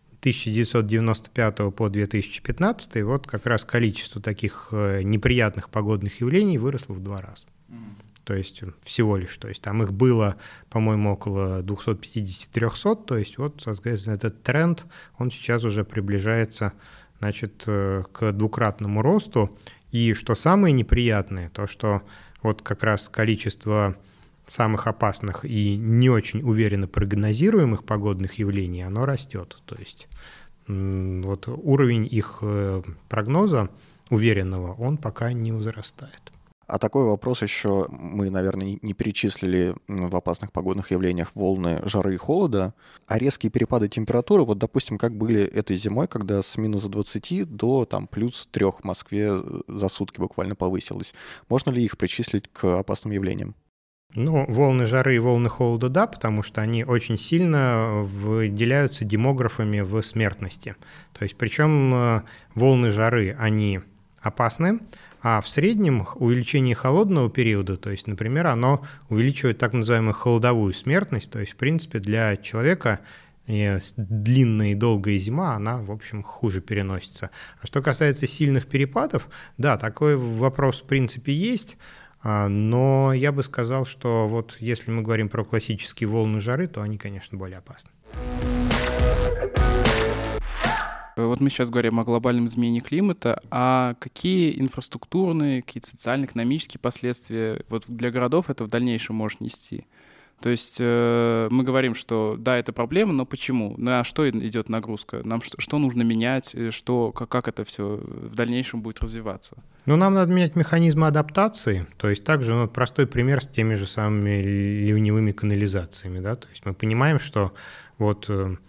1995 по 2015 вот как раз количество таких неприятных погодных явлений выросло в 2 раза. То есть всего лишь. То есть там их было, по-моему, около 250-300. То есть вот, соответственно, этот тренд, он сейчас уже приближается, к двукратному росту. И что самое неприятное, то что вот как раз количество самых опасных и не очень уверенно прогнозируемых погодных явлений, оно растет. То есть вот уровень их прогноза уверенного, он пока не возрастает. А такой вопрос еще, мы, наверное, не перечислили в опасных погодных явлениях волны жары и холода, а резкие перепады температуры, вот, допустим, как были этой зимой, когда с минус 20 до плюс 3 в Москве за сутки буквально повысилось. Можно ли их причислить к опасным явлениям? Волны жары и волны холода, да, потому что они очень сильно выделяются демографами в смертности. То есть, причем волны жары, они опасны, а в среднем увеличение холодного периода, то есть, например, оно увеличивает так называемую холодовую смертность, то есть, в принципе, для человека длинная и долгая зима, она, в общем, хуже переносится. А что касается сильных перепадов, да, такой вопрос, в принципе, есть. Но я бы сказал, что вот если мы говорим про классические волны жары, то они, конечно, более опасны. Вот мы сейчас говорим о глобальном изменении климата, а какие инфраструктурные, какие-то социально-экономические последствия вот для городов это в дальнейшем может нести? То есть мы говорим, что да, это проблема, но почему? На что идет нагрузка? Нам что нужно менять? Как это все в дальнейшем будет развиваться? Ну, нам надо менять механизмы адаптации. То есть также простой пример с теми же самыми ливневыми канализациями. Да? То есть мы понимаем, что вот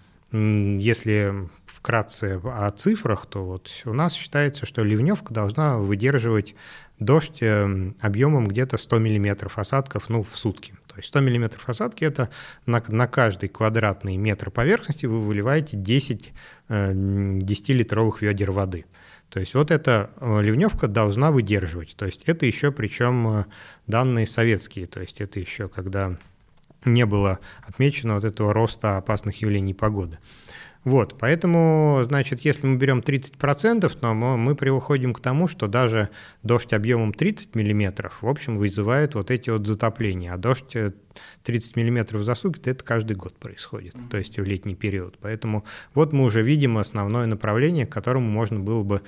если вкратце о цифрах, то вот у нас считается, что ливневка должна выдерживать дождь объемом где-то 100 мм осадков в сутки. То есть 100 мм осадки – это на каждый квадратный метр поверхности вы выливаете 10 10-литровых ведер воды. То есть вот эта ливневка должна выдерживать. То есть это еще причем данные советские. То есть это еще когда не было отмечено вот этого роста опасных явлений погоды. Вот, поэтому, значит, если мы берем 30%, то мы приходим к тому, что даже дождь объемом 30 мм, в общем, вызывает вот эти вот затопления. А дождь 30 мм за сутки – это каждый год происходит, то есть в летний период. Поэтому вот мы уже видим основное направление, к которому можно было бы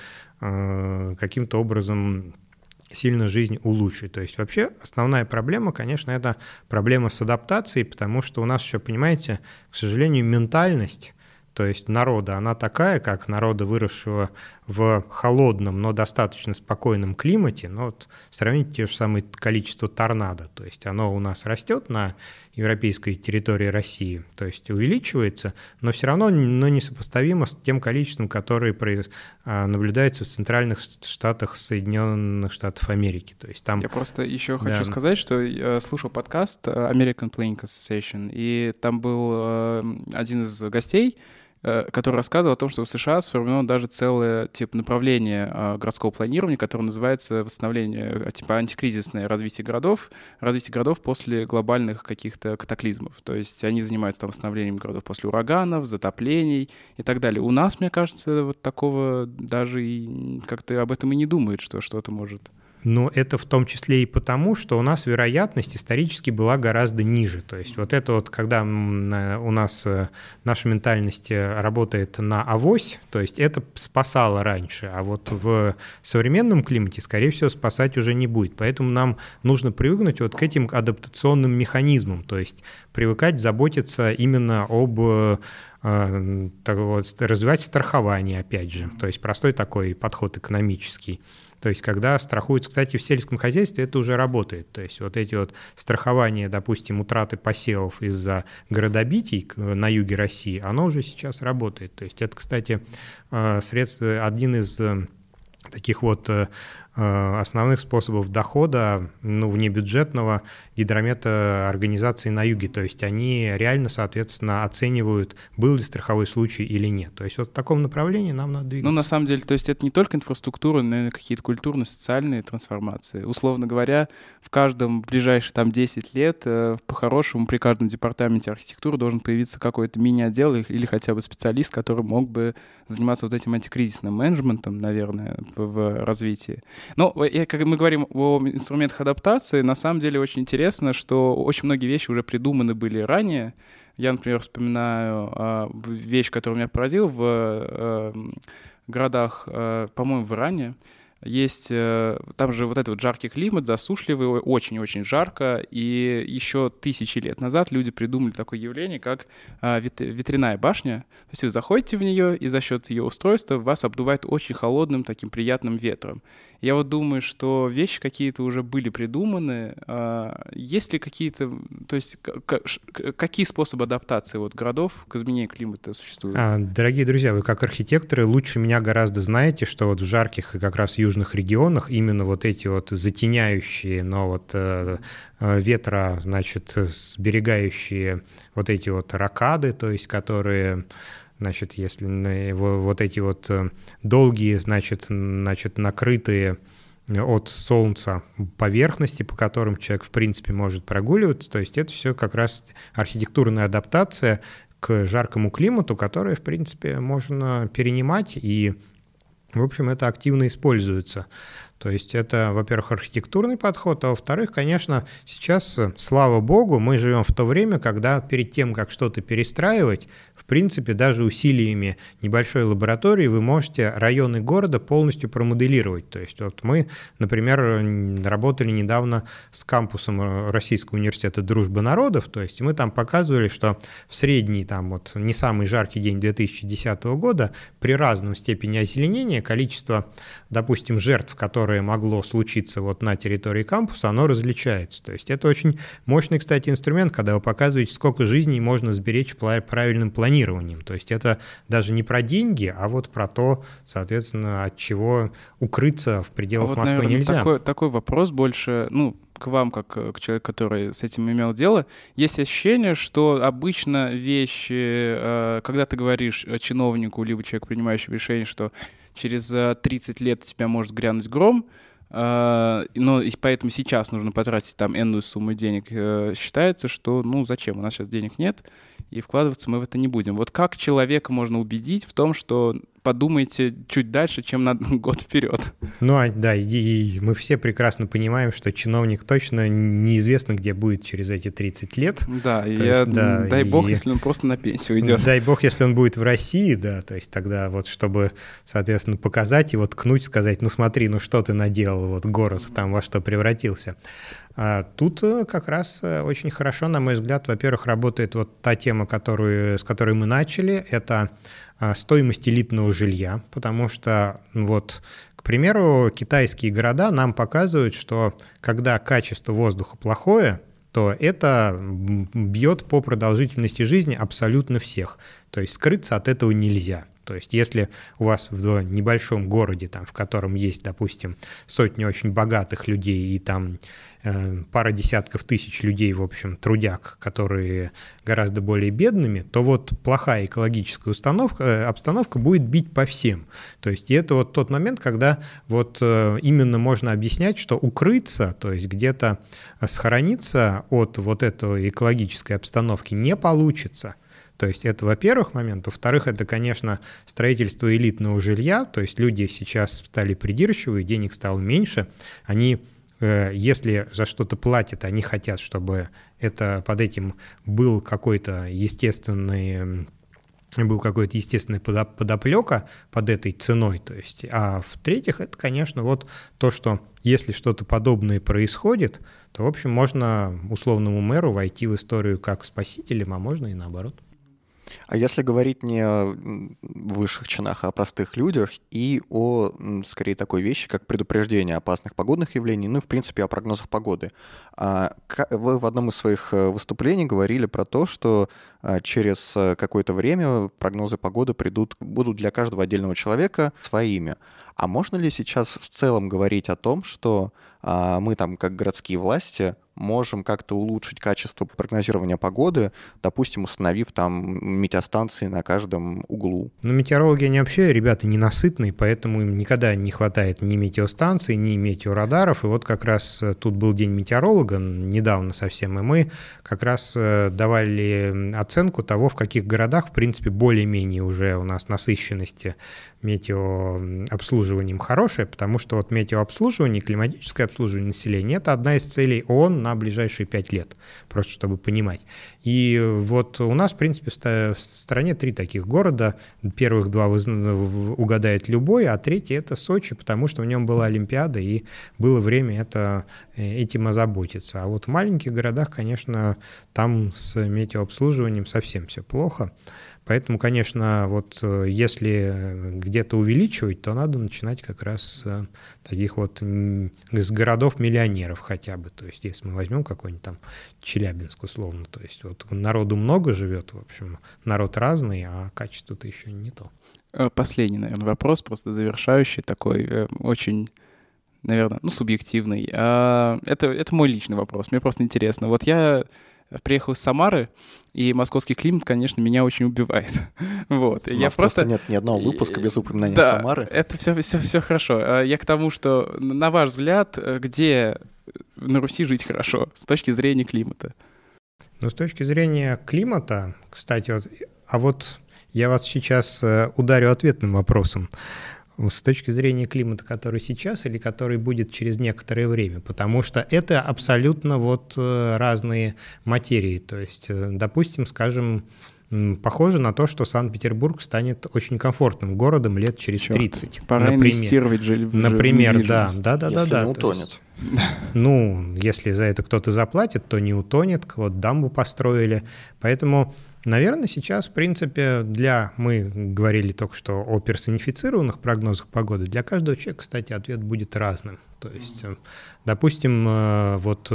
каким-то образом сильно жизнь улучшить. То есть вообще основная проблема, конечно, это проблема с адаптацией, потому что у нас еще, понимаете, к сожалению, ментальность, то есть народа, она такая, как народа, выросшего в холодном, но достаточно спокойном климате. Но вот сравните те же самые количество торнадо. То есть оно у нас растет на европейской территории России, то есть увеличивается, но все равно несопоставимо с тем количеством, которое наблюдается в центральных штатах Соединенных Штатов Америки. То есть там... Я просто еще хочу сказать, что я слушал подкаст American Planning Association, и там был один из гостей, который рассказывал о том, что в США сформировано даже целое направление городского планирования, которое называется восстановление, антикризисное развитие городов после глобальных каких-то катаклизмов. То есть они занимаются там восстановлением городов после ураганов, затоплений и так далее. У нас, мне кажется, вот такого даже и как-то об этом и не думают, что что-то может... Но это в том числе и потому, что у нас вероятность исторически была гораздо ниже. То есть вот это вот, когда у нас наша ментальность работает на авось, то есть это спасало раньше, а вот в современном климате, скорее всего, спасать уже не будет. Поэтому нам нужно привыкнуть вот к этим адаптационным механизмам, то есть привыкать заботиться именно об... развивать страхование, опять же, то есть простой такой подход экономический. То есть когда страхуется, кстати, в сельском хозяйстве это уже работает. То есть вот эти вот страхования, допустим, утраты посевов из-за градобитий на юге России, оно уже сейчас работает. То есть это, кстати, один из таких вот основных способов дохода, внебюджетного гидромета организации на юге. То есть они реально, соответственно, оценивают, был ли страховой случай или нет. То есть вот в таком направлении нам надо двигаться. На самом деле, то есть это не только инфраструктура, но и какие-то культурные, социальные трансформации. Условно говоря, в каждом ближайшие 10 лет по-хорошему при каждом департаменте архитектуры должен появиться какой-то мини-отдел или хотя бы специалист, который мог бы заниматься вот этим антикризисным менеджментом, наверное, в развитии. Но, как мы говорим о инструментах адаптации, на самом деле очень интересно, что очень многие вещи уже придуманы были ранее. Я, например, вспоминаю вещь, которая меня поразила в городах, по-моему, в Иране. Есть там же вот этот вот жаркий климат, засушливый, очень-очень жарко, и еще 1000 лет назад люди придумали такое явление, как ветряная башня. То есть вы заходите в нее, и за счет ее устройства вас обдувает очень холодным, таким приятным ветром. Я вот думаю, что вещи какие-то уже были придуманы. Есть ли какие-то, то есть какие способы адаптации вот городов к изменению климата существуют? Дорогие друзья, вы как архитекторы лучше меня гораздо знаете, что вот в жарких и как раз южных регионах именно вот эти вот затеняющие, но вот ветра, значит, сберегающие вот эти вот рокады, то есть которые... Значит, если вот эти вот долгие, значит, накрытые от солнца поверхности, по которым человек, в принципе, может прогуливаться, то есть это все как раз архитектурная адаптация к жаркому климату, которая, в принципе, можно перенимать, и, в общем, это активно используется. То есть это, во-первых, архитектурный подход, а во-вторых, конечно, сейчас, слава богу, мы живем в то время, когда перед тем, как что-то перестраивать, в принципе, даже усилиями небольшой лаборатории вы можете районы города полностью промоделировать. То есть вот мы, например, работали недавно с кампусом Российского университета «Дружбы народов», то есть мы там показывали, что в средний, там вот не самый жаркий день 2010 года при разном степени озеленения количество, допустим, жертв, которое могло случиться вот на территории кампуса, оно различается. То есть это очень мощный, кстати, инструмент, когда вы показываете, сколько жизней можно сберечь правильным планированием. То есть это даже не про деньги, а вот про то, соответственно, от чего укрыться в пределах Москвы, наверное, нельзя. Такой вопрос больше, к вам, как к человеку, который с этим имел дело. Есть ощущение, что обычно вещи, когда ты говоришь чиновнику либо человеку, принимающему решение, что через 30 лет у тебя может грянуть гром, но и поэтому сейчас нужно потратить там энную сумму денег, считается, что зачем, у нас сейчас денег нет, и вкладываться мы в это не будем. Вот как человека можно убедить в том, что подумайте чуть дальше, чем на год вперед? Да, и мы все прекрасно понимаем, что чиновник точно неизвестно, где будет через эти 30 лет. Да, дай бог, если он просто на пенсию идет. Дай бог, если он будет в России, да, то есть тогда вот, чтобы, соответственно, показать его, ткнуть, сказать, смотри, что ты наделал, вот город там во что превратился. А тут как раз очень хорошо, на мой взгляд, во-первых, работает вот та тема, с которой мы начали, это стоимость элитного жилья, потому что, к примеру, китайские города нам показывают, что когда качество воздуха плохое, то это бьет по продолжительности жизни абсолютно всех. То есть скрыться от этого нельзя. То есть если у вас в небольшом городе, в котором есть, допустим, сотни очень богатых людей и там пара десятков тысяч людей, в общем, трудяг, которые гораздо более бедными, то вот плохая экологическая обстановка будет бить по всем. То есть и это вот тот момент, когда вот именно можно объяснять, что укрыться, то есть где-то схорониться от вот этой экологической обстановки не получится. То есть это, во-первых, момент. Во-вторых, это, конечно, строительство элитного жилья. То есть люди сейчас стали придирчивые, денег стало меньше. Они, если за что-то платят, они хотят, чтобы под этим был какой-то естественная подоплека под этой ценой. То есть, а в-третьих, это, конечно, вот то, что если что-то подобное происходит, то, в общем, можно условному мэру войти в историю как спасителем, а можно и наоборот. А если говорить не о высших чинах, а о простых людях и о, скорее, такой вещи, как предупреждение опасных погодных явлений, в принципе, о прогнозах погоды. Вы в одном из своих выступлений говорили про то, что через какое-то время прогнозы погоды будут для каждого отдельного человека своими. А можно ли сейчас в целом говорить о том, что мы как городские власти, можем как-то улучшить качество прогнозирования погоды, допустим, установив метеостанции на каждом углу? Метеорологи, они вообще ребята ненасытные, поэтому им никогда не хватает ни метеостанций, ни метеорадаров. И вот как раз тут был день метеоролога недавно совсем, и мы как раз давали оценку того, в каких городах, в принципе, более-менее уже у нас насыщенности метеообслуживанием хорошая, потому что вот метеообслуживание, климатическое обслуживание населения – это одна из целей ООН на ближайшие 5 лет, просто чтобы понимать. И вот у нас, в принципе, в стране 3 таких города. Первых 2 угадает любой, а третий – это Сочи, потому что в нем была Олимпиада, и было время этим озаботиться. А вот в маленьких городах, конечно, там с метеообслуживанием совсем все плохо. Поэтому, конечно, вот если где-то увеличивать, то надо начинать как раз с таких вот с городов-миллионеров хотя бы. То есть если мы возьмем какой-нибудь там Челябинск условно, то есть вот народу много живет, в общем, народ разный, а качество-то еще не то. Последний, наверное, вопрос, просто завершающий такой, очень, наверное, субъективный. Это мой личный вопрос, мне просто интересно. Вот я приехал из Самары, и московский климат, конечно, меня очень убивает. Вот. У нас просто нет ни одного выпуска без упоминания Самары. Это все хорошо. Я к тому, что, на ваш взгляд, где на Руси жить хорошо с точки зрения климата? С точки зрения климата, кстати, вот я вас сейчас ударю ответным вопросом. с точки зрения климата, который сейчас или который будет через некоторое время, потому что это абсолютно вот разные материи. То есть, допустим, скажем, похоже на то, что Санкт-Петербург станет очень комфортным городом лет через 30. Пора инвестировать же в например, да. Если не утонет. Ну, если за это кто-то заплатит, то не утонет, вот дамбу построили. Поэтому, наверное, сейчас, в принципе, мы говорили только что о персонифицированных прогнозах погоды, для каждого человека, кстати, ответ будет разным. То есть, допустим, вот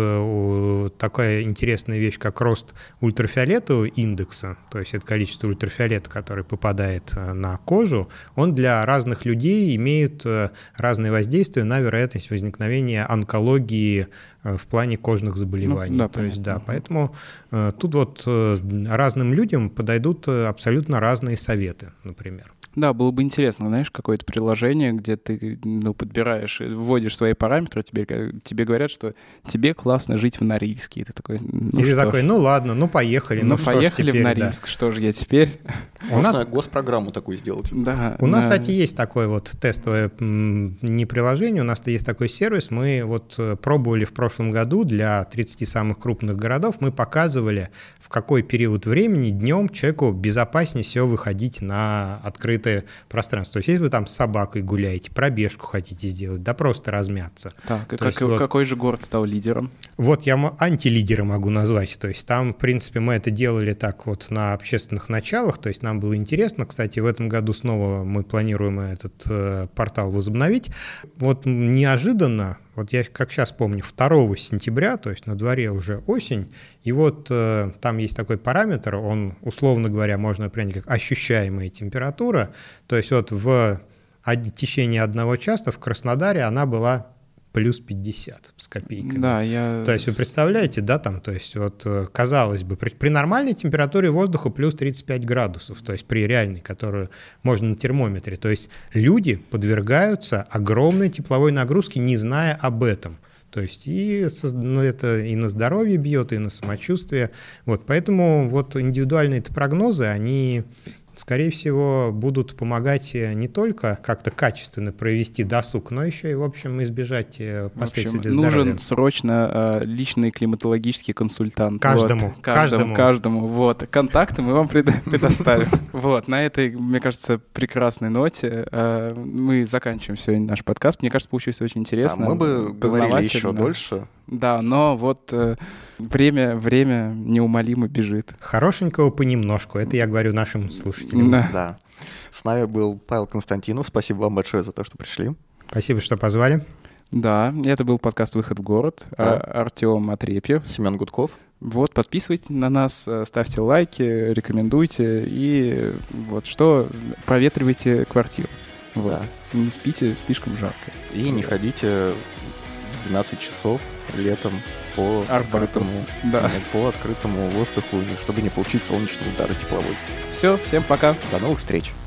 такая интересная вещь, как рост ультрафиолетового индекса, то есть это количество ультрафиолета, который попадает на кожу, он для разных людей имеет разные воздействия на вероятность возникновения онкологии в плане кожных заболеваний. Да, то есть, да, поэтому тут вот разным людям подойдут абсолютно разные советы, например. Да, было бы интересно, знаешь, какое-то приложение, где ты подбираешь, вводишь свои параметры, тебе говорят, что тебе классно жить в Норильске. И ты такой, ну ладно, поехали. Поехали в Норильск, да. Что же я теперь? Можно госпрограмму такую сделать. Да. У нас, кстати, есть такое вот тестовое не приложение, у нас есть такой сервис, мы вот пробовали в прошлом году для 30 самых крупных городов, мы показывали, в какой период времени днем человеку безопаснее всего выходить на открытое пространство. То есть, если вы там с собакой гуляете, пробежку хотите сделать, да просто размяться. Так, какой же город стал лидером? Вот я антилидера могу назвать. То есть там, в принципе, мы это делали так вот на общественных началах, то есть нам было интересно. Кстати, в этом году снова мы планируем этот портал возобновить. Вот неожиданно, вот я как сейчас помню, 2 сентября, то есть на дворе уже осень, и вот там есть такой параметр, он, условно говоря, можно определить как ощущаемая температура, то есть вот в течение 1 часа в Краснодаре она была плюс 50 с копейками. Да, То есть вы представляете, да, там, то есть вот казалось бы, при нормальной температуре воздуха плюс 35 градусов, то есть при реальной, которую можно на термометре, то есть люди подвергаются огромной тепловой нагрузке, не зная об этом. То есть это и на здоровье бьет, и на самочувствие. Вот, поэтому вот индивидуальные прогнозы, они, скорее всего, будут помогать не только как-то качественно провести досуг, но еще и, в общем, избежать последствий для здоровья. Нужен срочно личный климатологический консультант. Каждому. Вот. Контакты мы вам предоставим. Вот. На этой, мне кажется, прекрасной ноте мы заканчиваем сегодня наш подкаст. Мне кажется, получилось очень интересно. Мы бы говорили еще дольше. Да, но вот время неумолимо бежит. Хорошенького понемножку. Это я говорю нашим слушателям. Да. С нами был Павел Константинов. Спасибо вам большое за то, что пришли. Спасибо, что позвали. Да, это был подкаст «Выход в город». Да. Артем Отрепьев. Семен Гудков. Вот, подписывайтесь на нас, ставьте лайки, рекомендуйте и вот что, проветривайте квартиру. Вот. Да. Не спите, слишком жарко. И не ходите в 12 часов летом по открытому воздуху, чтобы не получить солнечный удар тепловой. Все, всем пока. До новых встреч.